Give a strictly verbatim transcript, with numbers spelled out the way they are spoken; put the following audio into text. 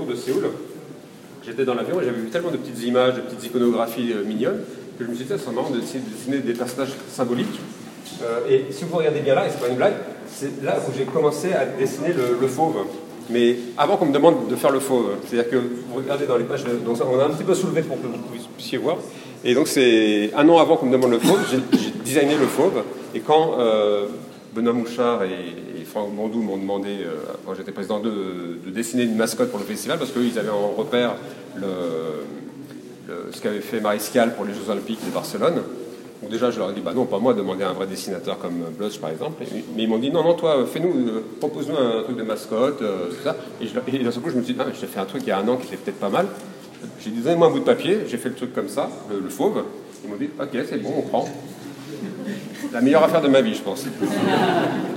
retour de Séoul, j'étais dans l'avion et j'avais vu tellement de petites images, de petites iconographies euh, mignonnes, que je me suis dit, c'est marrant de dessiner des personnages symboliques. Euh, et si vous regardez bien là, et c'est pas une blague, c'est là où j'ai commencé à dessiner le, le fauve. Mais avant qu'on me demande de faire le fauve, c'est-à-dire que vous regardez dans les pages, de, donc on a un petit peu soulevé pour que vous puissiez voir. Et donc c'est un an avant qu'on me demande le fauve, j'ai, j'ai designé le fauve. Et quand euh, Benoît Mouchard et, et Franck Mondou m'ont demandé, euh, quand j'étais président, de, de dessiner une mascotte pour le festival, parce qu'ils avaient en repère le, le, ce qu'avait fait Mariscal pour les Jeux Olympiques de Barcelone. Donc déjà, je leur ai dit, bah non, pas moi, demander à un vrai dessinateur comme Bloch, par exemple. Mais ils m'ont dit, non, non, toi, fais-nous, euh, propose-nous un truc de mascotte, euh, tout ça. Et, je, et d'un seul coup, je me suis dit, ah, j'ai fait un truc il y a un an qui était peut-être pas mal. J'ai dit, donnez-moi un bout de papier. J'ai fait le truc comme ça, le, le fauve. Ils m'ont dit, ok, c'est bon, on prend. La meilleure affaire de ma vie, je pense.